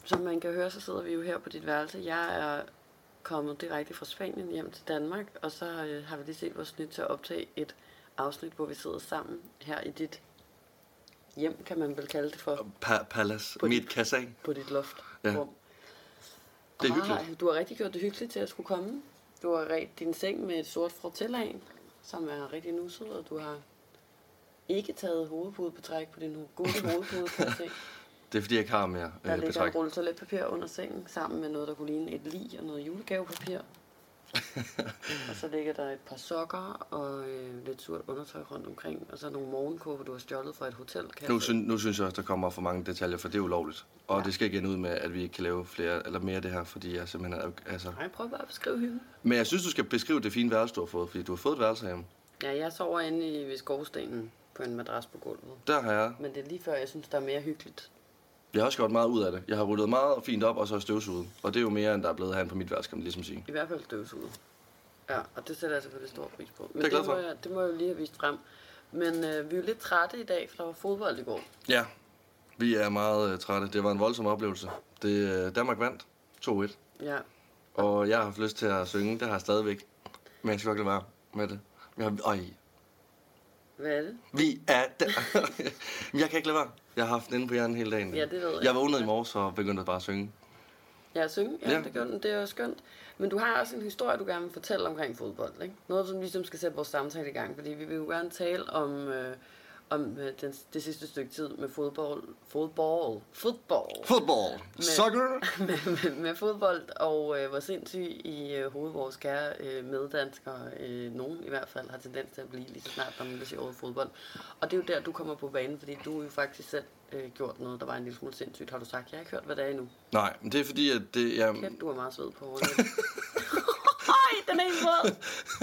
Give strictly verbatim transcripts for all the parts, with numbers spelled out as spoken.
som man kan høre, så sidder vi jo her på dit værelse. Jeg er kommet direkte fra Spanien hjem til Danmark, og så øh, har vi lige set vores nyt til at optage et afsnit, hvor vi sidder sammen her i dit hjem, kan man vel kalde det for. Pa- Palace, mit casa. På dit loft. Ja. Rum. Det er hyggeligt. Du har rigtig gjort det hyggeligt til at skulle komme. Du har ret din seng med et sort fratellan, som er rigtig nusset, og du har ikke taget hovedpudebetræk på din gode hovedpude, kan jeg se. Det er fordi, jeg ikke har mere øh, Der ligger betræk. en rulle toiletpapir under sengen, sammen med noget, der kunne ligne et lig og noget julegavepapir. Og så ligger der et par sokker og øh, lidt surt undertøj rundt omkring, og så nogle morgenkåber, du har stjålet fra et hotel. Nu, synes, nu synes jeg også, der kommer for mange detaljer, for det er ulovligt. Og ja. Det skal ikke ende ud med, at vi ikke kan lave flere eller mere af det her, fordi jeg simpelthen er... Altså... Nej, prøv bare at beskrive hyggen. Men jeg synes, du skal beskrive det fine værelse, du har fået, fordi du har fået et værelse hjemme. Ja, jeg sover inde i ved skovstenen på en madras på gulvet. Der har jeg. Men det er lige før, jeg synes, der er mere hyggeligt. Jeg har også gjort meget ud af det. Jeg har ryddet meget fint op, og så har støvsuget. Og det er jo mere, end der er blevet herinde på mit værelse, kan man ligesom sige. I hvert fald støvsuget. Ja, og det sætter jeg selvfølgelig stor pris på. Men det, det, må jeg, det må jeg jo lige have vist frem. Men øh, vi er jo lidt trætte i dag, for der var fodbold i går. Ja, vi er meget øh, trætte. Det var en voldsom oplevelse. Det, øh, Danmark vandt to et. Ja. Og jeg har haft lyst til at synge. Det har jeg stadigvæk. Men jeg skal ikke lade være med det. Jeg har, øj. Hvad er det? Vi er der. Jeg kan ikke lade være. Jeg har haft den inde på hjernen hele dagen. Ja, det ved jeg. Jeg vågnede i morges og begyndte bare at synge. Ja, at synge? Ja, ja. Det, gør, det er jo skønt. Men du har også en historie, du gerne vil fortælle omkring fodbold, ikke? Noget, som ligesom skal sætte vores samtale i gang, fordi vi vil jo gerne tale om, øh, om øh, den, det sidste stykke tid med fodbold. Fodbold. Fodbold. Fodbold. Soccer. Med, med, med fodbold, og øh, hvor sindssyg i øh, hovedet vores kære øh, meddanskere, øh, nogen i hvert fald, har tendens til at blive lige så snart, der er siger over fodbold. Og det er jo der, du kommer på banen, fordi du jo faktisk selv øh, gjort noget, der var en lille smule sindssygt. Har du sagt, jeg har ikke hørt, hvad det er endnu? Nej, men det er fordi, at det... Jeg... Kæft, du har meget sved på hovedet. Ej, den er helt våd.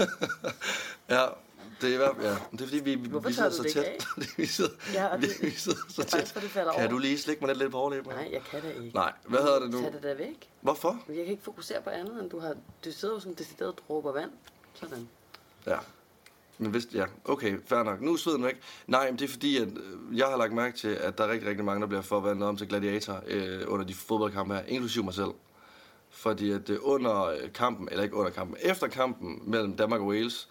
Ja, det er, ja. Det er fordi, vi, vi sidder så tæt. vi sidder, ja, og det, vi sidder så det tæt. Faktisk, det falder kan over. du lige slikke mig lidt, lidt på overlæben? Nej, jeg kan det ikke. Nej, hvad hedder det nu? Tag det der væk. Hvorfor? Jeg kan ikke fokusere på andet, end du har... Du sidder jo som decideret dråber vand. Sådan. Ja. Men hvis, ja, okay, fair nok. Nu er sveden væk. Nej, men det er fordi, at jeg har lagt mærke til, at der er rigtig, rigtig mange, der bliver forvandlet om til gladiator øh, under de fodboldkampe her, inklusive mig selv. Fordi at øh, under kampen, eller ikke under kampen, efter kampen mellem Danmark og Wales,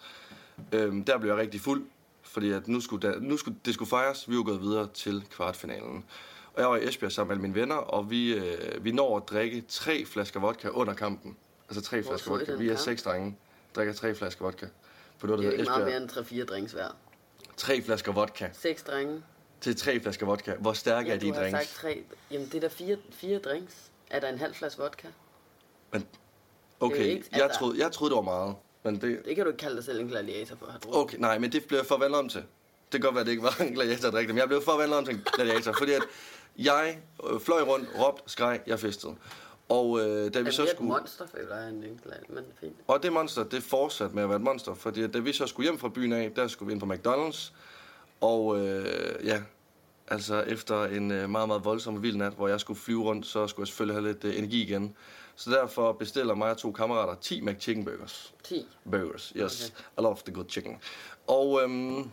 øh, der blev jeg rigtig fuld, fordi at nu skulle, der, nu skulle det skulle fejres. Vi var gået videre til kvartfinalen. Og jeg var i Esbjerg sammen med mine venner, og vi, øh, vi når at drikke tre flasker vodka under kampen. Altså tre Hvor flasker vodka. Vi er seks drenge, drikker tre flasker vodka. På noget, det er ikke Esbjerg. meget mere end tre fire drinks hver. Tre flasker vodka. Seks drenge. Til tre flasker vodka. Hvor stærke ja, er de drinks? du har sagt tre. Jamen, det er der fire, fire drinks. Er der en halv flaske vodka? Men, okay, ikke, jeg, altså, troede, jeg troede, det var meget. Men det... det kan du ikke kalde dig selv en gladiator for at have drukket. Okay, nej, men det blev jeg forvandlet om til. Det kan godt være, at det ikke var en gladiator, der men jeg blev forvandlet om til en gladiator, fordi at jeg øh, fløj rundt, råbte, skreg, jeg festede. Og øh, da vi så skulle... skulle... monster, føler jeg en glad, men fint. Og det monster, det fortsatte med at være et monster, fordi at da vi så skulle hjem fra byen af, der skulle vi ind på McDonald's. Og øh, ja, altså efter en øh, meget, meget voldsom og vild nat, hvor jeg skulle flyve rundt, så skulle jeg selvfølgelig have lidt øh, energi igen. Så derfor bestiller mig og to kammerater ti McChicken burgers. ti? Burgers, yes. Okay. I love the good chicken. Og øhm,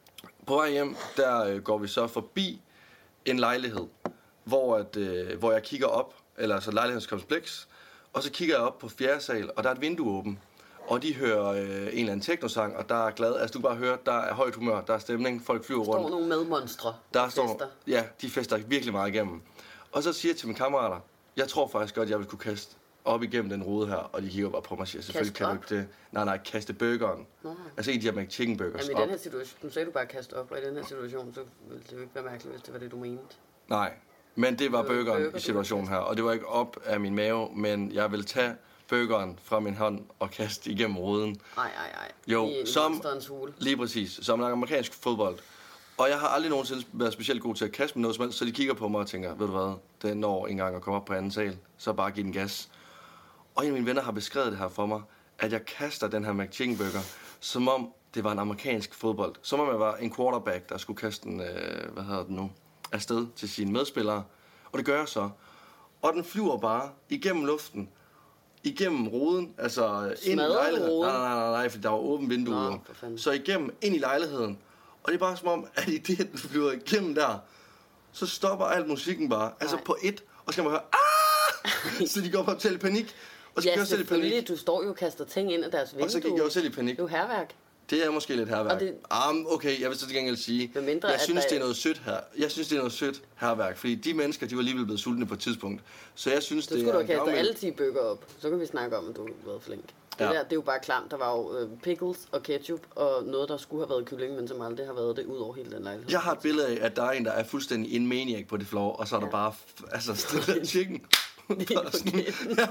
på vej hjem, der øh, går vi så forbi en lejlighed, hvor, at, øh, hvor jeg kigger op, eller altså lejlighedskompleks, og så kigger jeg op på fjerde sal, og der er et vindue åbent. Og de hører øh, en eller anden technosang, og der er glad. Altså du kan bare høre, der er højt humør, der er stemning, folk flyver rundt. Der står nogle medmonstre. Der står, ja, de fester virkelig meget igennem. Og så siger jeg til mine kammerater, jeg tror faktisk godt, jeg vil kunne kaste op igennem den rude her, og de kigger bare på mig og siger, selvfølgelig kan du ikke det. Nej, nej, kaste burgeren. Nå. Altså en af de her McChicken burgers. Jamen i den her situation, nu sagde du bare kaste op, og i den her situation, så ville det jo ikke være mærkeligt, hvis det var det, du mente. Nej, men det var det var burgeren burger, i situationen her, og det var ikke op af min mave, men jeg vil tage burgeren fra min hånd og kaste igennem ruden. Nej, nej, nej. Jo, som, lige præcis, som en amerikansk fodbold. Og jeg har aldrig nogensinde været specielt god til at kaste med noget som helst, så de kigger på mig og tænker, ved du hvad, det når en gang at komme op på anden sal, så bare giv den gas. Og en af mine venner har beskrevet det her for mig, at jeg kaster den her McChicken burger, som om det var en amerikansk fodbold. Som om jeg var en quarterback, der skulle kaste den, øh, hvad hedder det nu, afsted til sine medspillere. Og det gør jeg så. Og den flyver bare igennem luften, igennem ruden, altså ind i lejligheden. Nej, nej, nej, nej, for der var åbent vindue. Så igennem, ind i lejligheden. Og det er bare som om, at i det, den flyver igennem der, så stopper alt musikken bare. Altså nej. På et, og så kan man høre, ah! Så de går på selv i panik. Og så ja, gik jeg selv i panik. Du står jo og kaster ting ind af deres vindue. Og så gik jeg jo selv i panik. Det er jo hærværk. Det er måske lidt hærværk. Det... Um, okay, jeg vil så til gengæld sige, mindre, jeg synes, der... det er noget sødt her. Jeg synes, det er noget sødt hærværk, fordi de mennesker, de var alligevel blevet sultne på et tidspunkt. Så jeg synes, så det skulle er... du have kastet alle ti bøger op. Så kan vi snakke om, at du har været flink. Det, ja. der, det er jo bare klamt. Der var jo øh, pickles og ketchup og noget, der skulle have været kylling, men som aldrig har været det ud over hele den lejlighed. Jeg har et billede af, at der er en, der er fuldstændig en maniac på det floor, og så er der ja. bare altså stillet chicken. ja.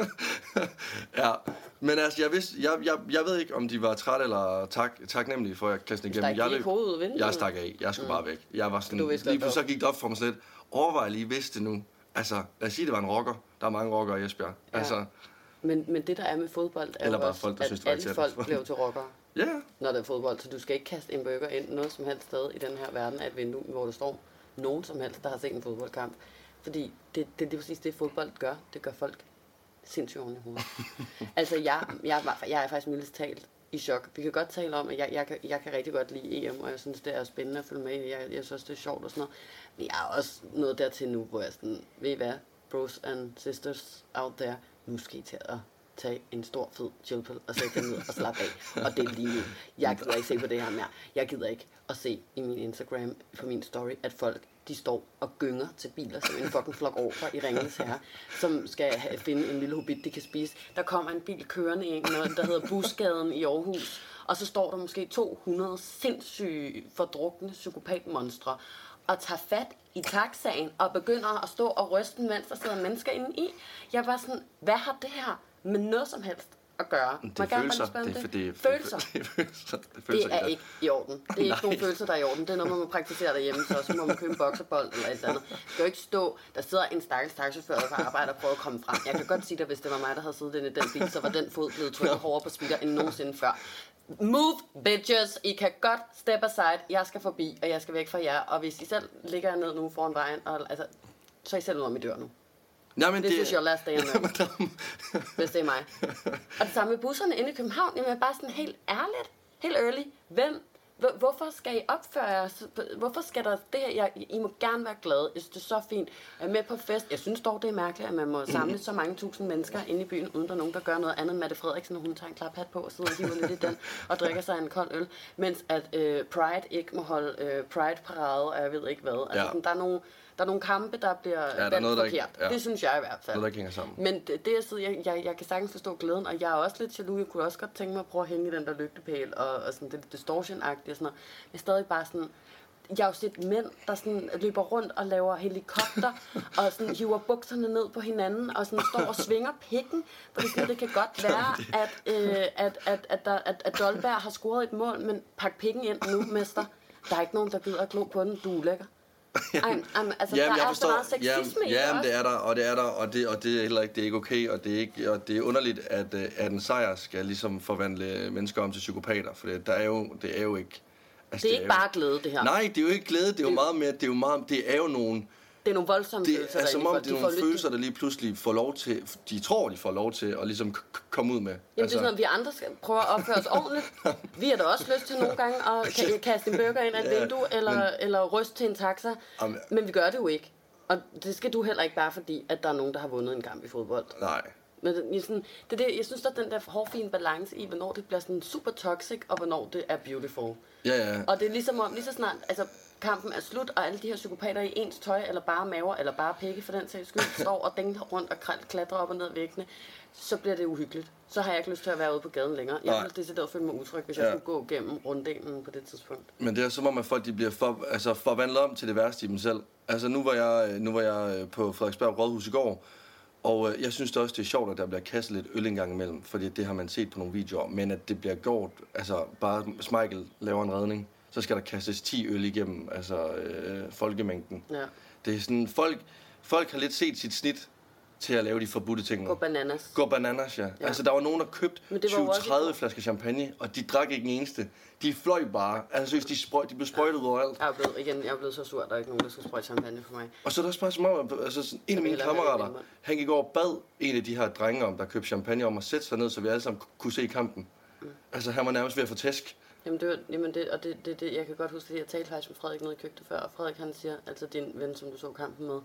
ja, men altså, jeg, vidste, jeg, jeg, jeg ved ikke, om de var trætte eller tak, taknemmelige for, at jeg kastede igennem. Jeg, løb, jeg stak af. Jeg skulle mm. bare væk. Jeg var sådan, lige pludselig så gik det op for mig slet. Overvej lige, hvis det nu. Altså, lad os sige, det var en rocker. Der er mange rockere i Esbjerg. Ja. Altså, men, men det, der er med fodbold, er eller jo også, folk, der at synes, alle folk bliver til rockere. Ja. Yeah. Når der er fodbold, så du skal ikke kaste en burger ind noget som helst sted i den her verden af et vindue, hvor der står nogen som helst, der har set en fodboldkamp. Fordi det, det, det er præcis det, fodbold gør. Det gør folk sindssygt oven i hovedet. altså, jeg, jeg, jeg er faktisk mildest talt i chok. Vi kan godt tale om, at jeg, jeg, kan, jeg kan rigtig godt lide E M, og jeg synes, det er spændende at følge med. Jeg, jeg synes, det er sjovt og sådan noget. Men jeg er også nået dertil nu, hvor jeg sådan, ved I hvad, bros and sisters out there, nu skal I til at tage en stor, fed chillpill og sætte den ned og slappe af. Og det er lige nu. Jeg gider ikke se på det her mere. Jeg gider ikke at se i min Instagram, på min story, at folk, de står og gynger til biler som en fucking flok over i Ringenes Herre, som skal have, finde en lille hobbit, de kan spise. Der kommer en bil kørende ind, der hedder Busgaden i Aarhus, og så står der måske to hundrede sindssyge, fordrukne psykopatmonstre og tager fat i taxaen og begynder at stå og ryste, mens der sidder mennesker inde i. Jeg var sådan, hvad har det her med noget som helst at gøre? Det er følelser. Det er, for det er følelser. Det er, følelser. Det er, følelser, det er ikke i orden. Det er ikke nogen følelser, der er i orden. Det er noget, man må praktisere derhjemme, så også må man købe en bokserbold eller et eller andet. Det skal jo ikke stå, der sidder en stakkels taxichauffør, der arbejder og prøver at komme frem. Jeg kan godt sige dig, hvis det var mig, der havde siddet inde i den bil, så var den fod blevet trykket hårdere på speeder end nogensinde før. Move, bitches! I kan godt step aside. Jeg skal forbi, og jeg skal væk fra jer. Og hvis I selv ligger ned nu foran vejen, og, altså, så er I selv ud om I dør nu. Nej, men This det is your last day on earth. Hvis det er mig. Og det samme med busserne inde i København. Jamen bare sådan helt ærligt, helt early. Hvem, hvorfor skal I opføre jer? Hvorfor skal der det her? Jeg, I må gerne være glade. Jeg synes, det er så fint. Jeg er med på fest. Jeg synes dog, det er mærkeligt, at man må samle så mange tusind mennesker inde i byen, uden der er nogen, der gør noget andet. Mette Frederiksen, hun tager en klaphat på og sidder og hiver lidt i den og drikker sig en kold øl. Mens at øh, Pride ikke må holde øh, Pride-parade, og jeg ved ikke hvad. Altså, ja. der er nogle... Der er nogle kampe, der bliver ja, valgt forkert. Ikke, ja. Det synes jeg i hvert fald. Noget, der hænger sammen. Men det, det jeg, jeg, jeg, jeg kan sagtens forstå glæden, og jeg er også lidt jaloux. Jeg kunne også godt tænke mig at prøve at hænge i den der lygtepæl, og, og sådan det distortion-agtigt og sådan noget. Men stadig bare sådan... Jeg har jo set mænd, der sådan løber rundt og laver helikopter, og sådan hiver bukserne ned på hinanden, og sådan står og svinger pikken. Fordi sådan, det kan godt være, at, øh, at, at, at, der, at, at Dolberg har scoret et mål, men pak pikken ind nu, mester. Der er ikke nogen, der gider at glo på den. Du er lækker. Ej, um, altså, jamen, der jeg er forstår, så meget sexisme jamen, i det jamen, også. det er der, og det er der, og det, og det er heller ikke, det er ikke okay, og det er, ikke, og det er underligt, at, at en sejr skal ligesom forvandle mennesker om til psykopater, for det, der er jo, det er jo ikke... Altså, det er det ikke er bare jo, glæde, det her. Nej, det er jo ikke glæde, det er jo det, meget mere, det er jo meget, det er jo nogle... Det er nogle voldsomme det, følelser, altså, der om det er nogle følelser, der lige pludselig får lov til, de tror, de får lov til at ligesom komme ud med. Jamen altså. det er sådan, at vi andre skal prøve at opføre os ordentligt. Vi har da også lyst til nogle gange at kaste en burger ind af et ja, vindue, eller, men, eller ryste til en taxa. Jamen, men vi gør det jo ikke. Og det skal du heller ikke, bare fordi, at der er nogen, der har vundet en kamp i fodbold. Nej. Men det, sådan, det, det, jeg synes, der er den der hårfine balance i, hvornår det bliver sådan super toxic, og hvornår det er beautiful. Ja, ja. Og det er ligesom om, lige så snart, altså kampen er slut, og alle de her psykopater i ens tøj, eller bare maver, eller bare pikke for den sags skyld, står og dænger rundt og klatrer op og ned væggene, så bliver det uhyggeligt. Så har jeg ikke lyst til at være ude på gaden længere. Jeg ville decideret føle mig utryg, hvis ja. jeg skulle gå gennem runddelen på det tidspunkt. Men det er som om, at folk de bliver for, altså forvandlet om til det værste i dem selv. Altså nu var jeg, nu var jeg på Frederiksberg Rådhus i går, og jeg synes det også, det er sjovt, at der bliver kastet lidt øl en gang imellem, fordi det har man set på nogle videoer, men at det bliver gjort, altså bare Schmeichel laver en redning, så skal der kastes ti øl igennem, altså øh, folkemængden. Ja. Det er sådan, folk, folk har lidt set sit snit til at lave de forbudte ting. Gå bananas. Gå bananas, ja. ja. Altså, der var nogen, der købte tyve til tredive flasker champagne, og de drak ikke en eneste. De fløj bare. Altså, de, sprøj, de blev sprøjtet ja. overalt. Jeg er, blevet, igen, jeg er blevet så sur, at der er ikke nogen, der skal sprøjte champagne for mig. Og så er der også bare som om, altså, en af mine kammerater, han gik over og bad en af de her drenge om, der købte champagne, om at sætte sig ned, så vi alle sammen kunne se kampen. Mm. Altså, han var nærmest ved at få tæsk. Jamen, det, var, jamen det, og det, det, det, jeg kan godt huske, at jeg talte faktisk med Frederik nede i køkkenet før, og Frederik han siger, altså din ven, som du så kampen med,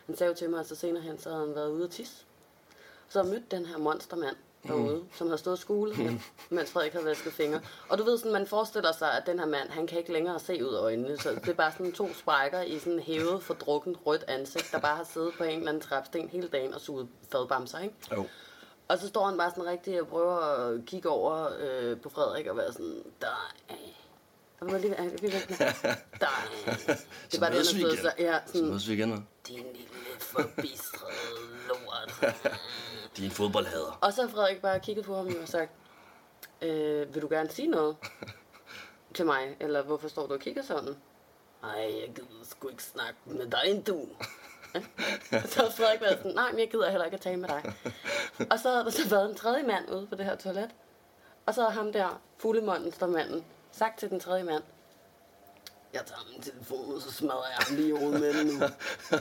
Han sagde jo til mig, at så senere hen, så havde han været ude at tisse. Så mødte den her monstermand derude, mm. som havde stået og skulet hjem, mens Frederik havde vasket fingre. Og du ved sådan, man forestiller sig, at den her mand, han kan ikke længere se ud af øjnene, så det er bare sådan to sprækker i sådan hævet, fordrukkent, rødt ansigt, der bare har siddet på en eller anden trapsten hele dagen og suget fadbamser, ikke? Jo. Og så står han bare sådan rigtig og prøver at kigge over øh, på Frederik og være sådan, der og lige, lige, lige, lige, der det var det, han stod så, ja, sådan, så vi igen, din lille forbistrede lort. Din fodboldhader. Og så har Frederik bare kigget på ham og sagt, øh, vil du gerne sige noget til mig? Eller hvorfor står du og kigger sådan? Ej, jeg gider sgu ikke snakke med dig end du. Så har Frederik været sådan, nej, men jeg gider heller ikke at tale med dig. Og så har der så været en tredje mand ude på det her toilet. Og så har ham der, fuglemonstermanden, sagt til den tredje mand, jeg tager min telefon, og så smadrer jeg ham lige i hovedet med den nu.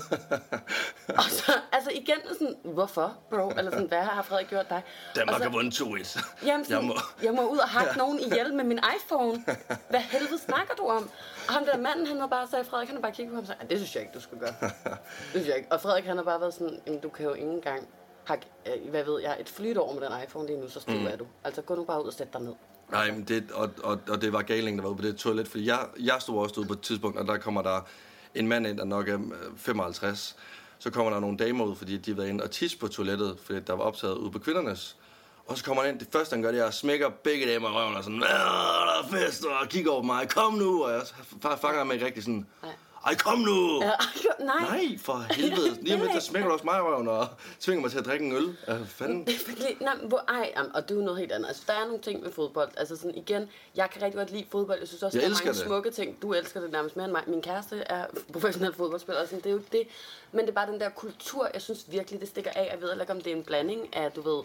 Og så, altså igen, sådan, hvorfor, bro? Eller sådan, hvad har Frederik gjort dig? Danmark har vundet to et. Jamen, sådan, jeg, må... jeg må ud og hakke nogen ihjel med min iPhone. Hvad helvede snakker du om? Og ham der manden, han har bare sagt, Frederik, han har bare kigget på ham og sagt, det synes jeg ikke, du skal gøre. Det synes jeg ikke. Og Frederik, han har bare været sådan, jamen, du kan jo ikke engang hakke, hvad ved jeg, et flyt over med den iPhone lige nu, så stiv mm. er du. Altså, gå nu bare ud og sæt dig ned. Nej, men det, og, og, og det var Galing, der var ude på det toilet, fordi jeg, jeg stod også ude på et tidspunkt, og der kommer der en mand ind, der nok er femoghalvtreds. Så kommer der nogle damer ud, fordi de har været inde og tisse på toilettet, fordi der var optaget ude på kvindernes. Og så kommer han ind, det første han gør, det er at smækker begge damer i røven og sådan, der er fest, og kigger over mig, kom nu, og jeg fanger ham ikke rigtig sådan, ej, kom nu! Ja, nej. Nej, for helvede. Lige om lidt, der smækker du også mig i røven og tvinger mig til at drikke en øl. Hvad fanden? Nej, hvor, ej, og det er jo noget helt andet. Altså, der er nogle ting med fodbold. Altså sådan igen, jeg kan rigtig godt lide fodbold. Jeg synes også, jeg der er mange det. smukke ting. Du elsker det nærmest mere end mig. Min kæreste er professionel fodboldspiller, sådan, det er jo det. Men det er bare den der kultur, jeg synes virkelig, det stikker af. Jeg ved ikke, om det er en blanding af, du ved,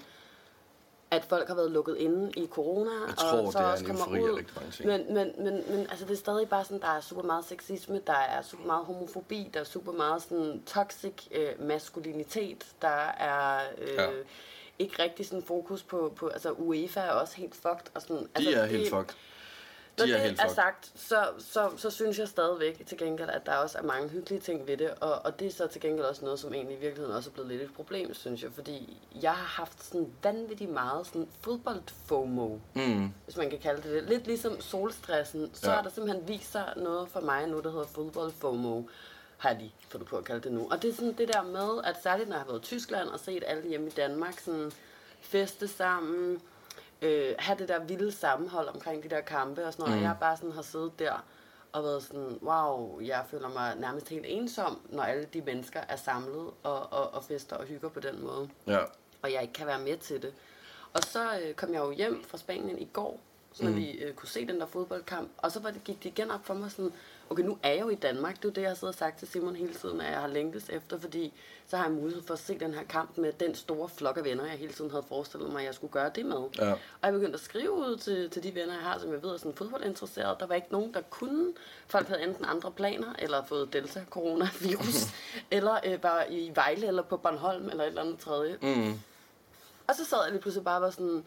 at folk har været lukket inde i corona, jeg tror, og så også kommer ud. Men, men, men, men altså, det er stadig bare sådan, der er super meget sexisme, der er super meget homofobi, der er super meget sådan toxic øh, maskulinitet, der er øh, ja. ikke rigtig sådan fokus på, på, altså UEFA er også helt fucked. Og sådan, altså, De er det, helt fucked. Når de er det er sagt, så, så, så synes jeg stadigvæk til gengæld, at der også er mange hyggelige ting ved det, og, og det er så til gengæld også noget, som egentlig i virkeligheden også er blevet lidt et problem, synes jeg, fordi jeg har haft sådan vanvittigt meget sådan fodbold-FOMO, mm. hvis man kan kalde det det. Lidt ligesom solstressen, så ja. er der simpelthen vist sig noget for mig nu, der hedder fodbold-FOMO, har de fundet på at kalde det nu. Og det er sådan det der med, at særligt når jeg har været i Tyskland og set alle hjemme i Danmark sådan feste sammen, Øh, have det der vilde sammenhold omkring de der kampe og sådan noget, mm. og jeg bare sådan har siddet der og været sådan, wow, jeg føler mig nærmest helt ensom, når alle de mennesker er samlet og, og, og fester og hygger på den måde, ja. og jeg ikke kan være med til det. Og så øh, kom jeg jo hjem fra Spanien i går, så når mm. vi øh, kunne se den der fodboldkamp, og så var det, gik det igen op for mig sådan, okay, nu er jeg jo i Danmark, det er jo det, jeg har siddet og sagt til Simon hele tiden, at jeg har længtes efter, fordi så har jeg mulighed for at se den her kamp med den store flok af venner, jeg hele tiden havde forestillet mig, at jeg skulle gøre det med. Ja. Og jeg begyndte at skrive ud til, til de venner, jeg har, som jeg ved er sådan fodboldinteresseret. Der var ikke nogen, der kunne. Folk havde enten andre planer, eller fået delta-coronavirus, eller øh, var i Vejle, eller på Bornholm, eller et eller andet tredje. Mm. Og så sad jeg lige pludselig bare og var sådan,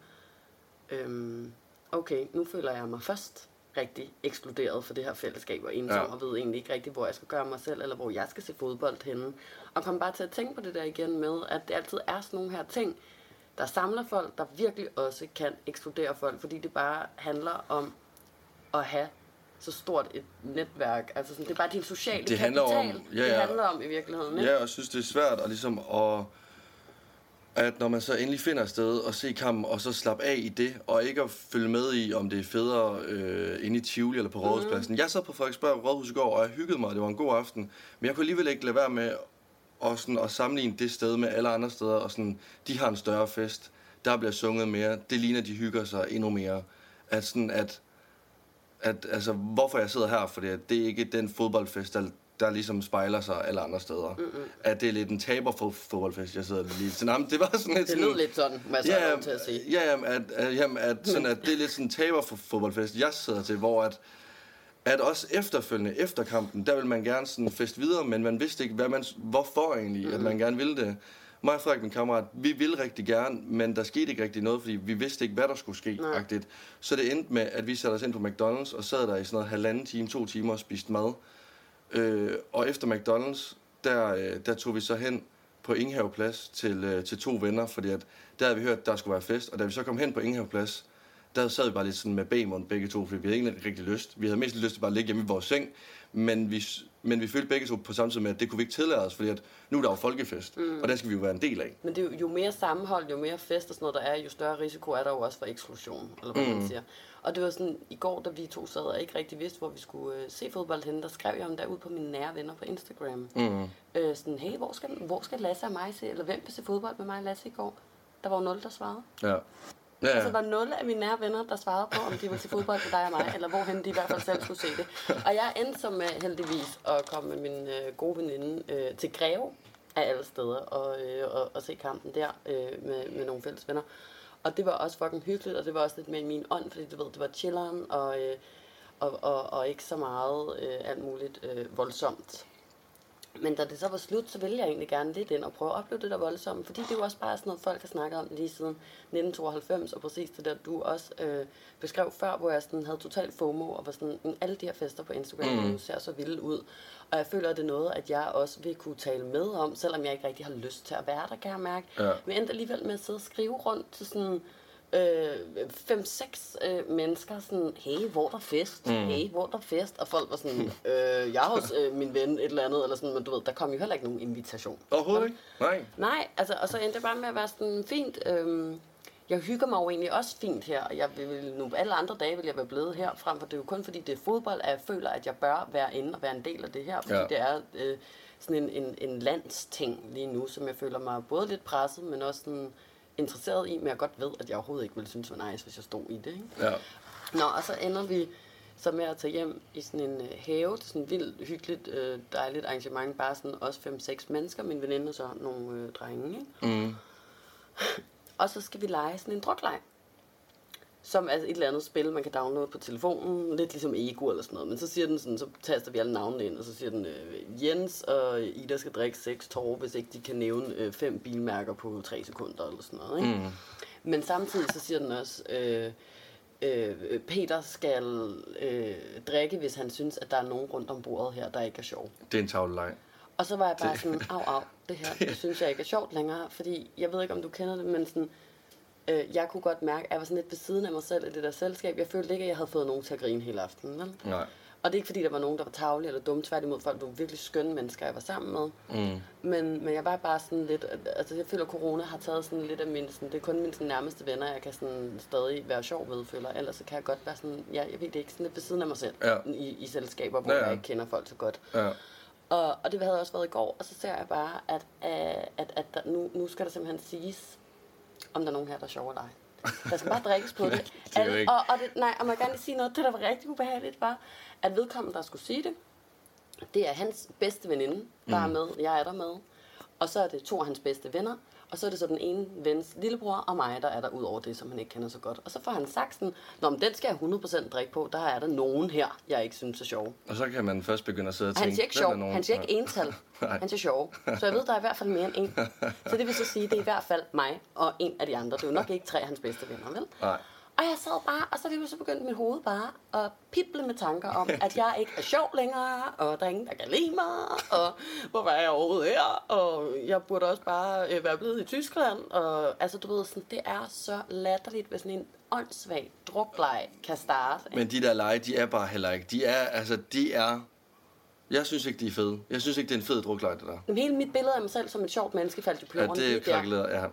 øhm, okay, nu føler jeg mig først rigtig ekskluderet for det her fællesskab og ensom, ja. og ved egentlig ikke rigtig, hvor jeg skal gøre mig selv, eller hvor jeg skal se fodbold henne. Og kom bare til at tænke på det der igen med, at det altid er sådan nogle her ting, der samler folk, der virkelig også kan ekskludere folk, fordi det bare handler om at have så stort et netværk. Altså sådan, det er bare din sociale det kapital, om, ja, ja. det handler om i virkeligheden. Ikke? Ja, jeg synes, det er svært at ligesom at at når man så endelig finder et sted og se kampen, og så slappe af i det, og ikke at følge med i, om det er federe øh, inde i Tivoli eller på mm. Rådhuspladsen. Jeg sad på Frederiksberg Rådhus i går, og jeg hyggede mig, og det var en god aften. Men jeg kunne alligevel ikke lade være med at, sådan, at sammenligne det sted med alle andre steder, og sådan, de har en større fest, der bliver sunget mere, det ligner, de hygger sig endnu mere. At sådan, at, at altså, hvorfor jeg sidder her, for det er ikke den fodboldfest, der der ligesom spejler sig alle andre steder. Mm-hmm. At det er lidt en taber for fodboldfest, jeg sidder lige til. Jamen, det var sådan lidt det lød lidt sådan, hvad så ja, er til at sige. Ja, jamen, at, at, jamen, at, sådan, at det er lidt sådan en taber for fodboldfest, jeg sidder til, hvor at, at også efterfølgende, efter kampen, der vil man gerne sådan feste videre, men man vidste ikke, hvad man, hvorfor egentlig, mm-hmm. at man gerne ville det. Mig og Frederik, min kammerat, vi ville rigtig gerne, men der skete ikke rigtig noget, fordi vi vidste ikke, hvad der skulle ske. Så det endte med, at vi satte os ind på McDonald's, og sad der i sådan noget halvanden time, to timer og spiste mad. Øh, og efter McDonald's, der, øh, der tog vi så hen på Ingenhav Plads til, øh, til to venner, fordi at der havde vi hørt, at der skulle være fest, og da vi så kom hen på Ingenhav Plads, der sad vi bare lidt sådan med bagmund begge to, fordi vi havde egentlig rigtig lyst. Vi havde mest lyst til bare at ligge hjemme i vores seng, men vi, men vi følte begge to på samme tid med, at det kunne vi ikke tillade os, fordi at nu er der jo folkefest, mm. og den skal vi jo være en del af. Men det er jo, jo mere sammenhold, jo mere fest og sådan noget der er, jo større risiko er der jo også for eksklusion, eller hvad mm. man siger. Og det var sådan, i går, da vi to sad og ikke rigtig vidste, hvor vi skulle øh, se fodbold henne, der skrev jeg om der ud på mine nære venner på Instagram. Mm. Øh, sådan, hey, hvor skal, hvor skal Lasse og mig se, eller hvem vil se fodbold med mig og Lasse i går? Der var jo nul, der svarede. Ja. Ja, ja. Altså, der var nul af mine nære venner, der svarede på, om de ville se fodbold med dig og mig, eller hvorhen de i hvert fald selv skulle se det. Og jeg endte som heldigvis at komme med min øh, gode veninde øh, til Greve af alle steder, og, øh, og, og se kampen der øh, med, med nogle fælles venner. Og det var også fucking hyggeligt, og det var også lidt mere i min ånd, fordi du ved, det var chilleren, og, øh, og, og, og ikke så meget øh, alt muligt øh, voldsomt. Men da det så var slut, så ville jeg egentlig gerne lidt ind og prøve at opleve det der voldsomme, fordi det er jo også bare sådan noget, folk har snakket om lige siden nitten tooghalvfems, og præcis det der, du også øh, beskrev før, hvor jeg sådan havde totalt FOMO, og var sådan, alle de her fester på Instagram, mm. ser så vilde ud. Og jeg føler, at det er noget, at jeg også vil kunne tale med om, selvom jeg ikke rigtig har lyst til at være der, kan jeg mærke. Ja. Men endte alligevel med at sidde og skrive rundt til sådan øh, fem, seks øh, mennesker, sådan, hey, hvor er der fest? Mm. Hey, hvor er der fest? Og folk var sådan, øh, jeg hos øh, min ven, et eller andet, eller sådan, men du ved, der kom jo heller ikke nogen invitation. Overhovedet ikke? Nej. Nej, altså, og så endte det bare med at være sådan fint. Øh, jeg hygger mig jo egentlig også fint her, og jeg vil nu alle andre dage vil jeg være blevet her, frem for det er jo kun fordi det er fodbold, at jeg føler, at jeg bør være inde og være en del af det her, fordi ja. det er øh, sådan en, en, en landsting lige nu, som jeg føler mig både lidt presset, men også sådan interesseret i, men jeg godt ved, at jeg overhovedet ikke ville synes var nice, hvis jeg stod i det. Ikke? Ja. Nå, og så ender vi så med at tage hjem i sådan en øh, have, det er sådan et vildt, hyggeligt, øh, dejligt arrangement, bare sådan også fem seks mennesker, min veninde og så nogle øh, drenge, ikke? Mm. Og så skal vi lege sådan en drukleg, som er et eller andet spil, man kan downloade på telefonen, lidt ligesom Ego eller sådan noget. Men så siger den sådan, så taster vi alle navnene ind, og så siger den, øh, Jens og Ida skal drikke seks tårer, hvis ikke de kan nævne øh, fem bilmærker på tre sekunder eller sådan noget. Ikke? Mm. Men samtidig så siger den også, øh, øh, Peter skal øh, drikke, hvis han synes, at der er nogen rundt om bordet her, der ikke er sjov. Det er en tavleleg. Og så var jeg bare sådan, au, au, det her, det synes jeg ikke er sjovt længere, fordi jeg ved ikke, om du kender det, men sådan, øh, jeg kunne godt mærke, at jeg var sådan lidt ved siden af mig selv i det der selskab. Jeg følte ikke, at jeg havde fået nogen til at grine hele aftenen, vel? Nej. Og det er ikke, fordi der var nogen, der var tarvelige eller dumme, tværtimod folk, der var virkelig skønne mennesker, jeg var sammen med. Mm. Men, men jeg var bare sådan lidt, altså jeg føler, at corona har taget sådan lidt af min, sådan, det er kun mine sådan, nærmeste venner, jeg kan sådan stadig være sjov ved, føler. Ellers så kan jeg godt være sådan, ja, jeg ved det ikke, sådan lidt ved siden af mig selv, ja. i, i selskaber, hvor ja, ja. jeg ikke kender folk så godt. Ja. Og, og det havde også været i går, og så ser jeg bare, at, at, at, at der, nu, nu skal der simpelthen siges, om der er nogen her, der er sjov eller ej. Der skal bare drikkes på det. det Al, og, og det, nej, og man kan gerne lige sige noget, det der var rigtig ubehageligt, var, at vedkommende, der skulle sige det, det er hans bedste veninde, der mm. er med, jeg er der med, og så er det to af hans bedste venner, og så er det så den ene vens lillebror og mig, der er der ud over det, som han ikke kender så godt. Og så får han sagt sådan, nå, men den skal jeg hundrede procent drikke på, der er der nogen her, jeg ikke synes er sjov. Og så kan man først begynde at sidde og tænke, han siger ikke sjov, han siger ikke ental, han siger sjov. Så jeg ved, der er i hvert fald mere end en. Så det vil så sige, det er i hvert fald mig og en af de andre. Det er jo nok ikke tre af hans bedste venner, vel? Nej. Og jeg sad bare, og så lige så begyndte mit hoved bare at pible med tanker om, at jeg ikke er sjov længere, og der er ingen, der kan lide mig, og hvorfor er jeg overhovedet her, og jeg burde også bare øh, være blevet i Tyskland, og altså du ved, sådan, det er så latterligt, hvis sådan en åndssvag drukleg kan starte. Ikke? Men de der lege, de er bare heller ikke, de er, altså de er... Jeg synes ikke, de er fede. Jeg synes ikke, det er en fed drukleg, det der. Jamen, hele mit billede af mig selv som et sjovt menneske faldt i pløren. Ja, det er krakkeleder, ja.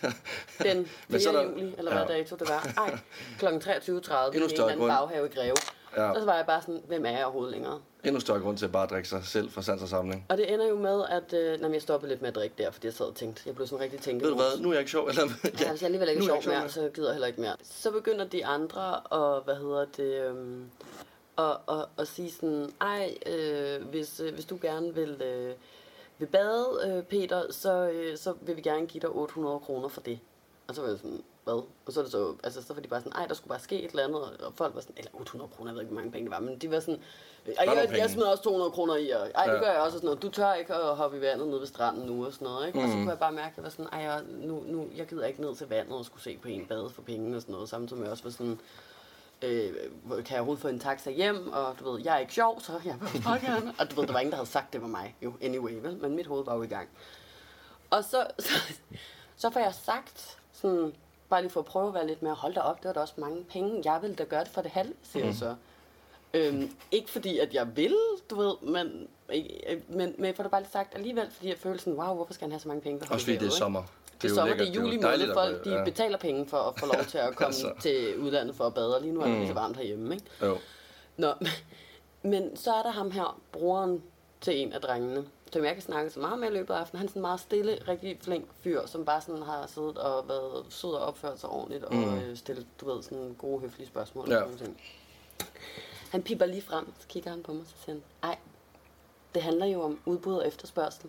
Den fjerde juli, eller hvad ja. dato det var. Ej, klokken treogtyve tredive i en eller anden baghave i Greve. Ja. Og så var jeg bare sådan, hvem er jeg overhovedet længere? Endnu større grund til at bare drikke sig selv for sans og samling. Og det ender jo med, at øh, når jeg stoppede lidt med at drikke der, fordi jeg sad og tænkte, jeg blev sådan rigtig tænkt. Ved du hvad, nu er jeg ikke sjov. Eller, ja, ja, hvis jeg alligevel ikke er sjov mere, så gider jeg heller ikke mere. Så begynder de andre at, hvad hedder det... Øhm, Og, og, og sige sådan, ej, øh, hvis, øh, hvis du gerne vil, øh, vil bade, øh, Peter, så, øh, så vil vi gerne give dig otte hundrede kroner for det. Og så var jeg sådan, hvad? Og så er det så, altså så var de bare sådan, ej, der skulle bare ske et eller andet, og folk var sådan, eller otte hundrede kroner, jeg ved ikke, hvor mange penge det var, men de var sådan, ej, jeg, jeg smider også to hundrede kroner i, og ej, det gør jeg også, og sådan noget, du tør ikke at hoppe i vandet nede ved stranden nu, og sådan noget, ikke? Mm. Og så kunne jeg bare mærke, at jeg var sådan, ej, jeg, nu, nu, jeg gider ikke ned til vandet og skulle se på en bade for penge, og sådan noget, samtidig med også var sådan, øh, kan jeg overhovedet få en taxa hjem, og du ved, jeg er ikke sjov, så jeg vil bare gerne. Og du ved, der var ingen, der havde sagt, det var mig, jo, anyway, vel? Men mit hoved var jo i gang. Og så, så, så får jeg sagt, sådan, bare lige for at prøve at være lidt mere, hold da op, det var da også mange penge, jeg ville da gøre det for det halve, siger jeg så. Øhm, ikke fordi, at jeg vil, du ved, men, men, men får du bare lige sagt alligevel, fordi jeg føler sådan, wow, hvorfor skal han have så mange penge? Også fordi det er sommer. Det er sommer, det er juli måned, folk de ja. betaler penge for at få lov til at komme altså. til udlandet for at bade, og lige nu er det mm. så varmt herhjemme, ikke? Jo. Nå, men så er der ham her, broren til en af drengene, som jeg kan snakke så meget med i løbet af aftenen. Han er sådan en meget stille, rigtig flink fyr, som bare sådan har siddet og været sød og opført sig ordentligt, mm. og øh, stillet, du ved, sådan gode, høflige spørgsmål. Ja. Og sådan ting. Han pipper lige frem, så kigger han på mig, så siger han, ej, det handler jo om udbud og efterspørgsel.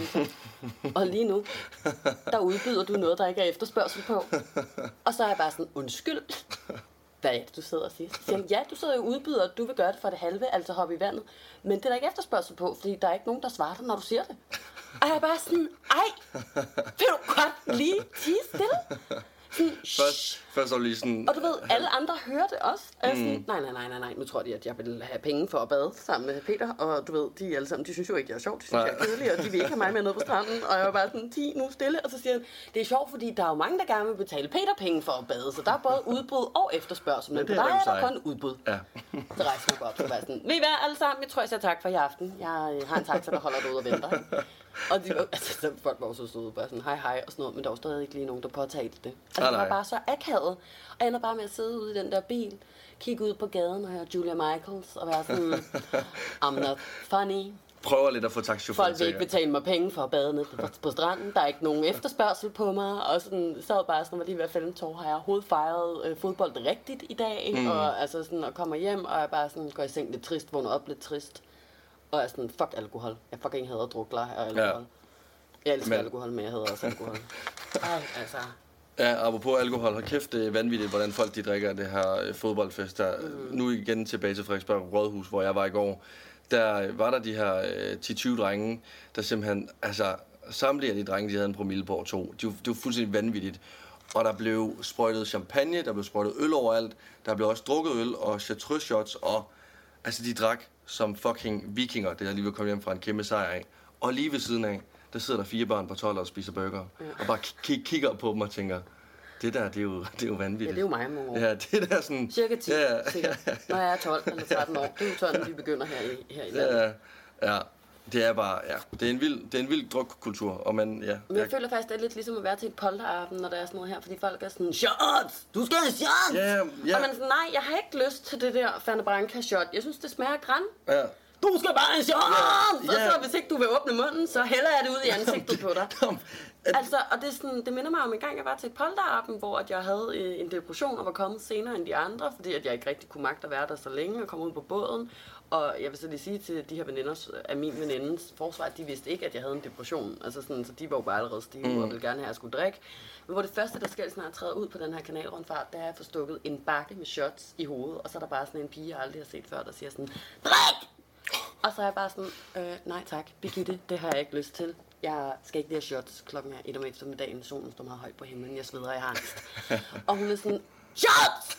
Og lige nu, der udbyder du noget, der ikke er efterspørgsel på. Og så er jeg bare sådan, undskyld, hvad er det, du sidder og siger? Så siger han, ja, du sidder jo udbyder, og du vil gøre det for det halve, altså hoppe i vandet. Men det er der ikke efterspørgsel på, fordi der er ikke nogen, der svarer dig, når du siger det. Og jeg er bare sådan, ej, vil du godt lige tige stille? Sådan, først, først er lige sådan... Og du ved, alle andre hører det også. Og jeg sådan, nej, nej, nej, nej, nej, nu tror de, at jeg vil have penge for at bade sammen med Peter. Og du ved, de alle sammen, de synes jo ikke, jeg er sjov. De synes, nej. jeg er kedelig, og de vil ikke have mig med nede på stranden. Og jeg var bare sådan, ti nu stille. Og så siger han, det er sjovt, fordi der er jo mange, der gerne vil betale Peter penge for at bade. Så der er både udbud og efterspørgsel. Men der er der kun udbud. Ja. Så rejser jeg mig op, så var jeg sådan, ved I hvad, alle sammen, jeg tror, jeg siger tak for i aften. Jeg har en taxa, der holder derude og venter. Og de, altså, folk var også stået bare sådan, hej hej og sådan noget, men der var stadig ikke lige nogen, der påtalte det. Altså, det var bare så akavet. Og jeg ender bare med at sidde ude i den der bil, kigge ud på gaden og høre Julia Michaels, og være sådan, I'm not funny. Prøver lidt at få taxichaufføren. Folk vil ikke betale mig penge for at bade ned på, på stranden. Der er ikke nogen efterspørgsel på mig. Og sådan, sad bare sådan, var lige ved at fælde en tår. Har jeg overhovedet fejret øh, fodbold rigtigt i dag? Mm. Og, altså sådan, og kommer hjem, og jeg bare sådan, går i seng lidt trist, vågner op lidt trist. Og jeg er sådan, fuck alkohol. Jeg fucking hader drukler og alkohol. Ja. Jeg elsker men... alkohol, men jeg hader også alkohol. Ej, altså... Ja, apropos alkohol, hold kæft, det er vanvittigt, hvordan folk de drikker det her fodboldfest der. Mm. Nu igen tilbage til Frederiksberg Rådhus, hvor jeg var i går. Der var der de her ti til tyve drenge, der simpelthen, altså samtlige af de drenge, de havde en promille på over to. Det var, det var fuldstændig vanvittigt. Og der blev sprøjtet champagne, der blev sprøjtet øl overalt, der blev også drukket øl og chartreuse shots, og altså de drak som fucking vikinger, det er lige ved at komme hjem fra en kæmpe sejr af. Og lige ved siden af, der sidder der fire børn på tolv og spiser burger, ja. Og bare k- kigger på dem og tænker, det der, det er jo, det er jo vanvittigt. Ja, det er jo mig om nogle år. Ja, det der sådan... Cirka ti, ja, ja, ja. Når jeg er tolv eller tretten år. Det er jo sådan, vi begynder her i, her i landet. Ja, ja. Det er bare, ja, det er en vild, det er en vild drukkultur, og man, ja. Men jeg, jeg føler faktisk, det er lidt ligesom at være til et polterabend, når der er sådan noget her, fordi folk er sådan, shots! Du skal have shots! Ja, ja. Og man er sådan, nej, jeg har ikke lyst til det der Fanta Branca shot. Jeg synes, det smager græn. Ja. Du skal bare have shots! Ja, ja. Og så hvis ikke du vil åbne munden, så hælder jeg det ud i ansigtet på dig. Altså, og det, er sådan, det minder mig om en gang, jeg var til et polterabend, hvor at jeg havde øh, en depression og var kommet senere end de andre, fordi at jeg ikke rigtig kunne magte at være der så længe og komme ud på båden. Og jeg vil så lige sige til de her veninder af min venindens forsvar, at de vidste ikke, at jeg havde en depression. Altså sådan, så de var jo bare allerede stive mm. og ville gerne have, at jeg skulle drikke. Men hvor det første, der skal snart træde ud på den her kanalrundfart, der er at få stukket en bakke med shots i hovedet. Og så er der bare sådan en pige, jeg aldrig har set før, der siger sådan, drik! Og så er jeg bare sådan, øh, nej tak, Birgitte, det har jeg ikke lyst til. Jeg skal ikke lige have shots klokken er et om eftermiddagen. Solen står meget højt på himlen, jeg sveder, jeg har angst. Og hun er sådan, shots!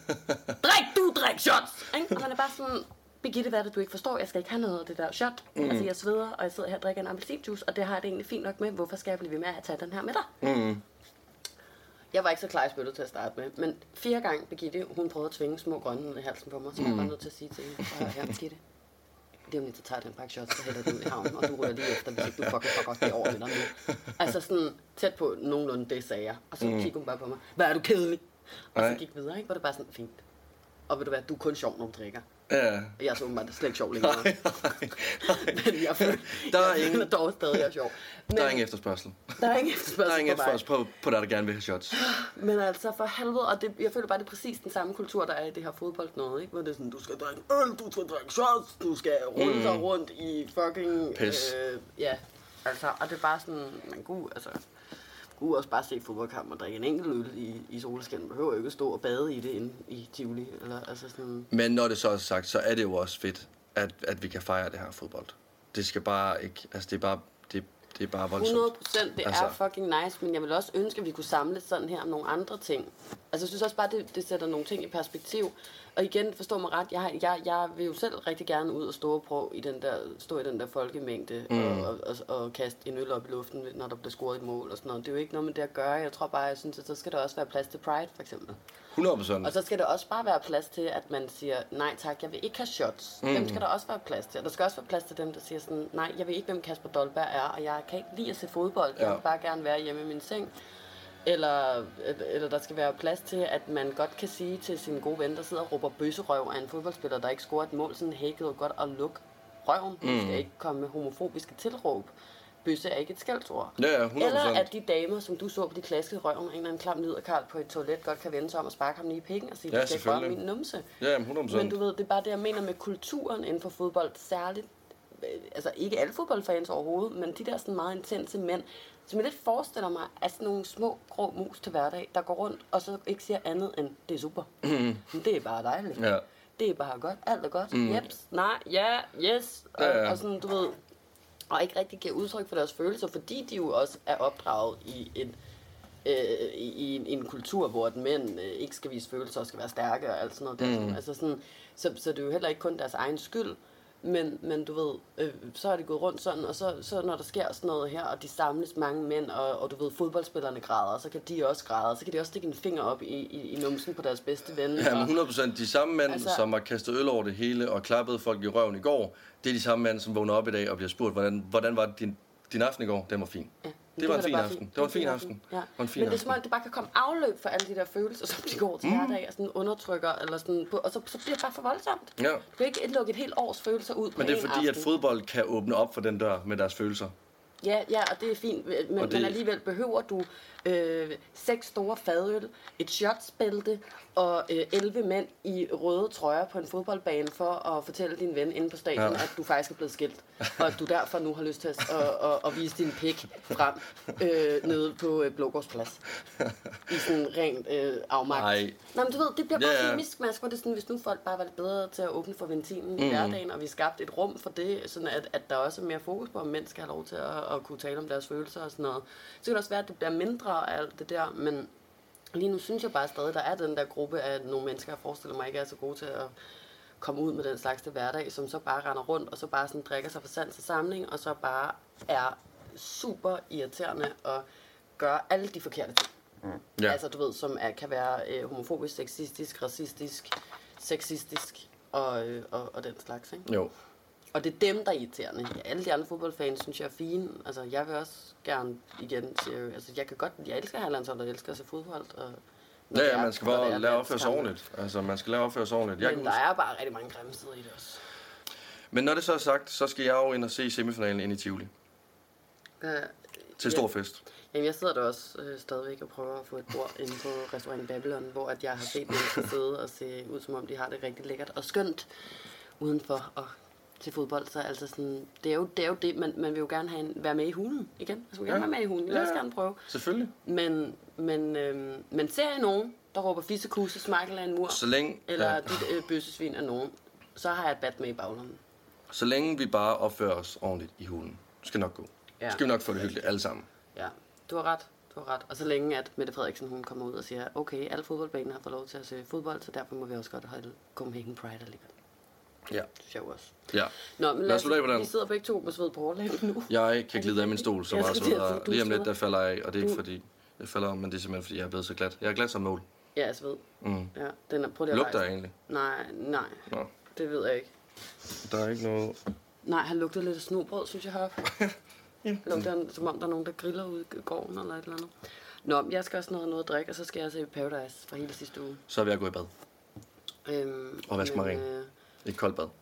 Drik, du drik shots! Ikke? Og man er bare sådan, Birgitte, hvad er det, du ikke forstår? Jeg skal ikke have noget af det der shot. Mm. Altså, jeg sveder, og jeg sidder her og drikker en appelsinjuice, og det har jeg det egentlig fint nok med. Hvorfor skal jeg blive ved med at tage den her med dig? Mm. Jeg var ikke så klar i spyttet til at starte med, men fire gange, Birgitte, hun prøvede at tvinge små grønne ned i halsen på mig, så mm. jeg var nødt til at sige til hende, ja, Birgitte, det er jo lidt, så tager den pakke shots, så hælder det ud i havnen, og du rører lige efter, hvis ikke du fucking fuck også det over med dig nu. Altså sådan tæt på nogenlunde det, sagde jeg. Og så mm. kiggede hun bare på mig, hvad er du kedelig? Og så gik videre, ikke? Hvor det bare sådan, fint. Og ved du hvad, du er kun sjov, når du drikker. Ja. Jeg er så åbenbart slet ikke sjov længere. Nej, nej, nej. Men jeg føler, der er jeg ingen, dog stadig er sjov. Men, der er ingen efterspørgsel. Der er ingen efterspørgsel, der er ingen efterspørgsel på, på dig, der gerne vil have shots. Men altså for helvede, og det, jeg føler bare, det er præcis den samme kultur, der er i det her fodbold noget, ikke? Hvor det er sådan, du skal drikke øl, du skal drikke shots, du skal rundt mm. og rundt i fucking... Pis. Øh, ja, altså, og det er bare sådan, man kunne, altså... kunne også bare se fodboldkamp og drikke en enkelt øl i, i solskin. Man behøver jo ikke at stå og bade i det inde i Tivoli. Eller, altså sådan. Men når det så er sagt, så er det jo også fedt, at, at vi kan fejre det her fodbold. Det skal bare ikke... Altså, det er bare, det, det er bare voldsomt. hundrede procent, det altså, er fucking nice, men jeg vil også ønske, at vi kunne samle sådan her om nogle andre ting. Altså jeg synes også bare, det, det sætter nogle ting i perspektiv. Og igen, forstå mig ret, jeg, jeg, jeg vil jo selv rigtig gerne ud og stå og prøve i den der, stå i den der folkemængde mm. og, og, og, og kaste en øl op i luften, når der bliver scoret et mål og sådan noget. Det er jo ikke noget med det at gøre. Jeg tror bare, jeg synes, at så skal der også være plads til pride, for eksempel. hundrede procent. Og så skal der også bare være plads til, at man siger, nej tak, jeg vil ikke have shots. Mm. Dem skal der også være plads til. Og der skal også være plads til dem, der siger sådan, nej, jeg ved ikke, hvem Kasper Dolberg er, og jeg kan ikke lide at se fodbold. Jeg vil bare gerne være hjemme i min seng. Eller, eller der skal være plads til, at man godt kan sige til sin gode ven, der sidder og råber bøsserøv af en fodboldspiller, der ikke scorer et mål, sådan hækket og godt og luk røven. Mm. Du skal ikke komme med homofobiske tilråb. Bøsse er ikke et skældsord. Ja, ja, hundrede procent. Eller at de damer, som du så på de klaskede røv, en eller anden klam nyderkarl på et toilet, godt kan vende sig om og sparke ham lige i pikken og sige, ja, du skal ikke røre min numse. Ja, hundrede procent. Men du ved, det er bare det, jeg mener med kulturen inden for fodbold, særligt, altså ikke alle fodboldfans overhovedet, men de der sådan meget intense mænd, som jeg lidt forestiller mig, at sådan nogle små grå mus til hverdag, der går rundt og så ikke siger andet end, det er super. Mm. Men det er bare dejligt. Ja. Det er bare godt. Alt er godt. Mm. Jeps, nej, ja, yes. Og, ja, ja. og sådan, du ved, og ikke rigtig giver udtryk for deres følelser, fordi de jo også er opdraget i en, øh, i, i en, en kultur, hvor at mænd øh, ikke skal vise følelser og skal være stærke og alt sådan noget. Der. Mm. Altså sådan, så, så det er jo heller ikke kun deres egen skyld. Men, men du ved, øh, så er det gået rundt sådan, og så, så når der sker sådan noget her, og de samles mange mænd, og, og du ved, fodboldspillerne græder, så kan de også græde, så kan de også stikke en finger op i, i, i numsen på deres bedste ven. Ja, men hundrede procent de samme mænd, altså, som har kastet øl over det hele og klappet folk i røven i går, det er de samme mænd, som vågner op i dag og bliver spurgt, hvordan, hvordan var din, din aften i går? Den var fin. Ja. Det, det var en fin aften. Fin. Det var en fin aften. Ja. En fin men det er som om, det bare kan komme afløb for alle de der følelser, som de går til mm. hverdag, og sådan undertrykker, eller sådan, og så, så bliver det bare for voldsomt. Ja. Du kan ikke lukke et helt års følelser ud på men det er en fordi, aften. at fodbold kan åbne op for den dør med deres følelser. Ja, ja, og det er fint, men, det... men alligevel behøver du øh, seks store fadøl, et shotsbælte og øh, elleve mænd i røde trøjer på en fodboldbane for at fortælle din ven inde på stadion, ja. at du faktisk er blevet skilt, og at du derfor nu har lyst til at, at, at, at vise din pik frem øh, nede på øh, Blågårdsplads. I sådan rent øh, afmagt. Nej. Nå, men du ved, det bliver bare yeah. sådan miskmask, hvor det sådan, hvis nu folk bare var lidt bedre til at åbne for ventilen i mm. hverdagen, og vi skabte et rum for det, sådan at, at der også er mere fokus på, at mænd skal have lov til at, at kunne tale om deres følelser og sådan noget. Så kan det også være, at det bliver mindre af alt det der, men lige nu synes jeg bare stadig, at der er den der gruppe af nogle mennesker, jeg forestiller mig ikke er så gode til at komme ud med den slags til hverdag, som så bare render rundt, og så bare sådan drikker sig for sans og samling, og så bare er super irriterende og gør alle de forkerte ting. Mm. Ja. Altså du ved, som er, kan være øh, homofobisk, sexistisk, racistisk, sexistisk og, øh, og, og den slags, ikke? Jo. Og det er dem, der er irriterende. Ja, alle de andre fodboldfans synes jeg er fine. Altså, jeg vil også gerne igen til... Altså, jeg kan godt... Jeg elsker herlandshold, og jeg elsker at se fodbold. Og ja, ja, man skal bare lære at opføre sig ordentligt. Altså, man skal lære at opføre sig ordentligt. Jeg men der er bare rigtig mange grimme steder i det også. Men når det så er sagt, så skal jeg jo ind og se semifinalen ind i Tivoli. Uh, til stor ja. fest. Jamen, jeg sidder der også øh, stadigvæk og prøver at få et bord inde på restaurant Babylon, hvor at jeg har set mennesker sidde og se ud, som om de har det rigtig lækkert og skønt udenfor og til fodbold. Så altså sådan, det er jo det, er jo det man, man vil jo gerne have en, være med i hulen igen. Altså, man vil gerne ja. være med i hulen. Jeg vil ja. også gerne prøve. Selvfølgelig. Men, men, øhm, men ser jeg nogen, der råber fissekuse, smakkel af en mur, så længe, eller ja. dit øh, bøssesvin af nogen, så har jeg et bat med i baglommen. Så længe vi bare opfører os ordentligt i hulen, skal nok gå. Ja. Skal vi nok få det hyggeligt alle sammen. Ja, du har ret. Du har ret. Og så længe at Mette Frederiksen hun kommer ud og siger, okay, alle fodboldbaner har fået lov til at se fodbold, så derfor må vi også godt holde Copenhagen Pride alligevel. Ja. Det synes jeg også. Ja. Nå, men lad os, lad os vi sidder begge to med sved på overlæben nu. Jeg kan glide af min stol, så meget sved, og lige om lidt, der falder jeg af, og det er ikke fordi, jeg falder, men det er simpelthen fordi, jeg er blevet så glat. Jeg er glat som mål. Ja, jeg sved. Mm. Ja, den er, prøv lige at lugter jeg egentlig? Nej, nej. Nå. Det ved jeg ikke. Der er ikke noget... Nej, han lugter lidt af snobrød, synes jeg heroppe. Ja. Lugter som om der er nogen, der griller ude i gården eller et eller andet. Nå, jeg skal også noget, noget at drikke, og så skal jeg se Paradise fra hele sidste uge. Så er vi at gå i bad. Øhm, og vaske mig ren. Øh... Et koldt bad.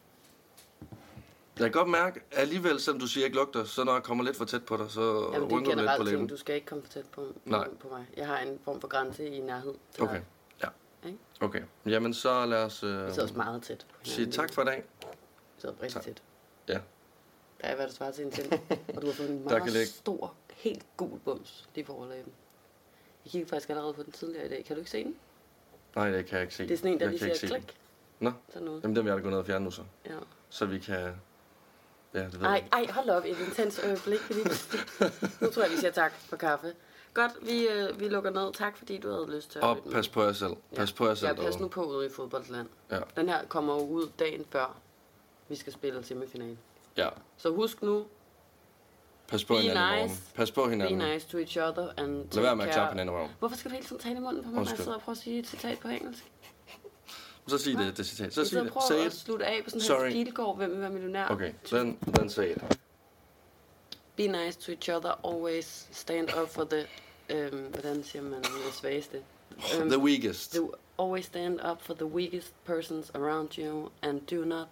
Jeg kan godt mærke, alligevel, selvom du siger, at jeg ikke lugter, så når jeg kommer lidt for tæt på dig, så rynker du lidt på læben. Du skal ikke komme for tæt på, Nej. på mig. Jeg har en form for grænse i nærhed til okay. dig. Ja. Okay. Okay. Jamen, så lad os... Øh, vi sidder også meget tæt. Sige tak for i dag. Vi sidder rigtig tæt. Ja. Der er, hvad du svarer til en ting. Og du har fået en meget stor, helt gul bums lige på overlæben. Jeg kiggede faktisk allerede på den tidligere i dag. Kan du ikke se den? Nej, det kan jeg ikke se. Det er sådan en, der jeg lige siger klik. Nå, jamen den vil jeg da gå ned og fjerne nu så. Ja. Så vi kan... Ja, det ved ej, ej, hold op, et intens øjeblik. Nu tror jeg, vi siger tak for kaffe. Godt, vi, øh, vi lukker ned. Tak fordi du havde lyst til at... Og pas på jer selv. Pas ja. på jer selv. Ja, pas nu på ude i fodboldland. Ja. Den her kommer jo ud dagen før, vi skal spille semifinalen. Ja. Så husk nu... Pas på hinanden nice. Pas på hinanden. Be nice to each other and lad være med at klappe hinanden i røven. Hvorfor skal du hele tiden tale i munden på mig, når jeg sidder og prøver at sige et citat på engelsk? Så sig det, det citat. Så sig det. Prøv at slutte af på sådan en Pilgaard, hvem vil være millionær. Okay, then, then say it. Be nice to each other, always stand up for the, um, hvordan siger man, det svageste? Um, the weakest. The, always stand up for the weakest persons around you, and do not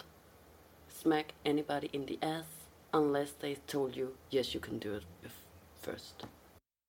smack anybody in the ass unless they told you, yes, you can do it first.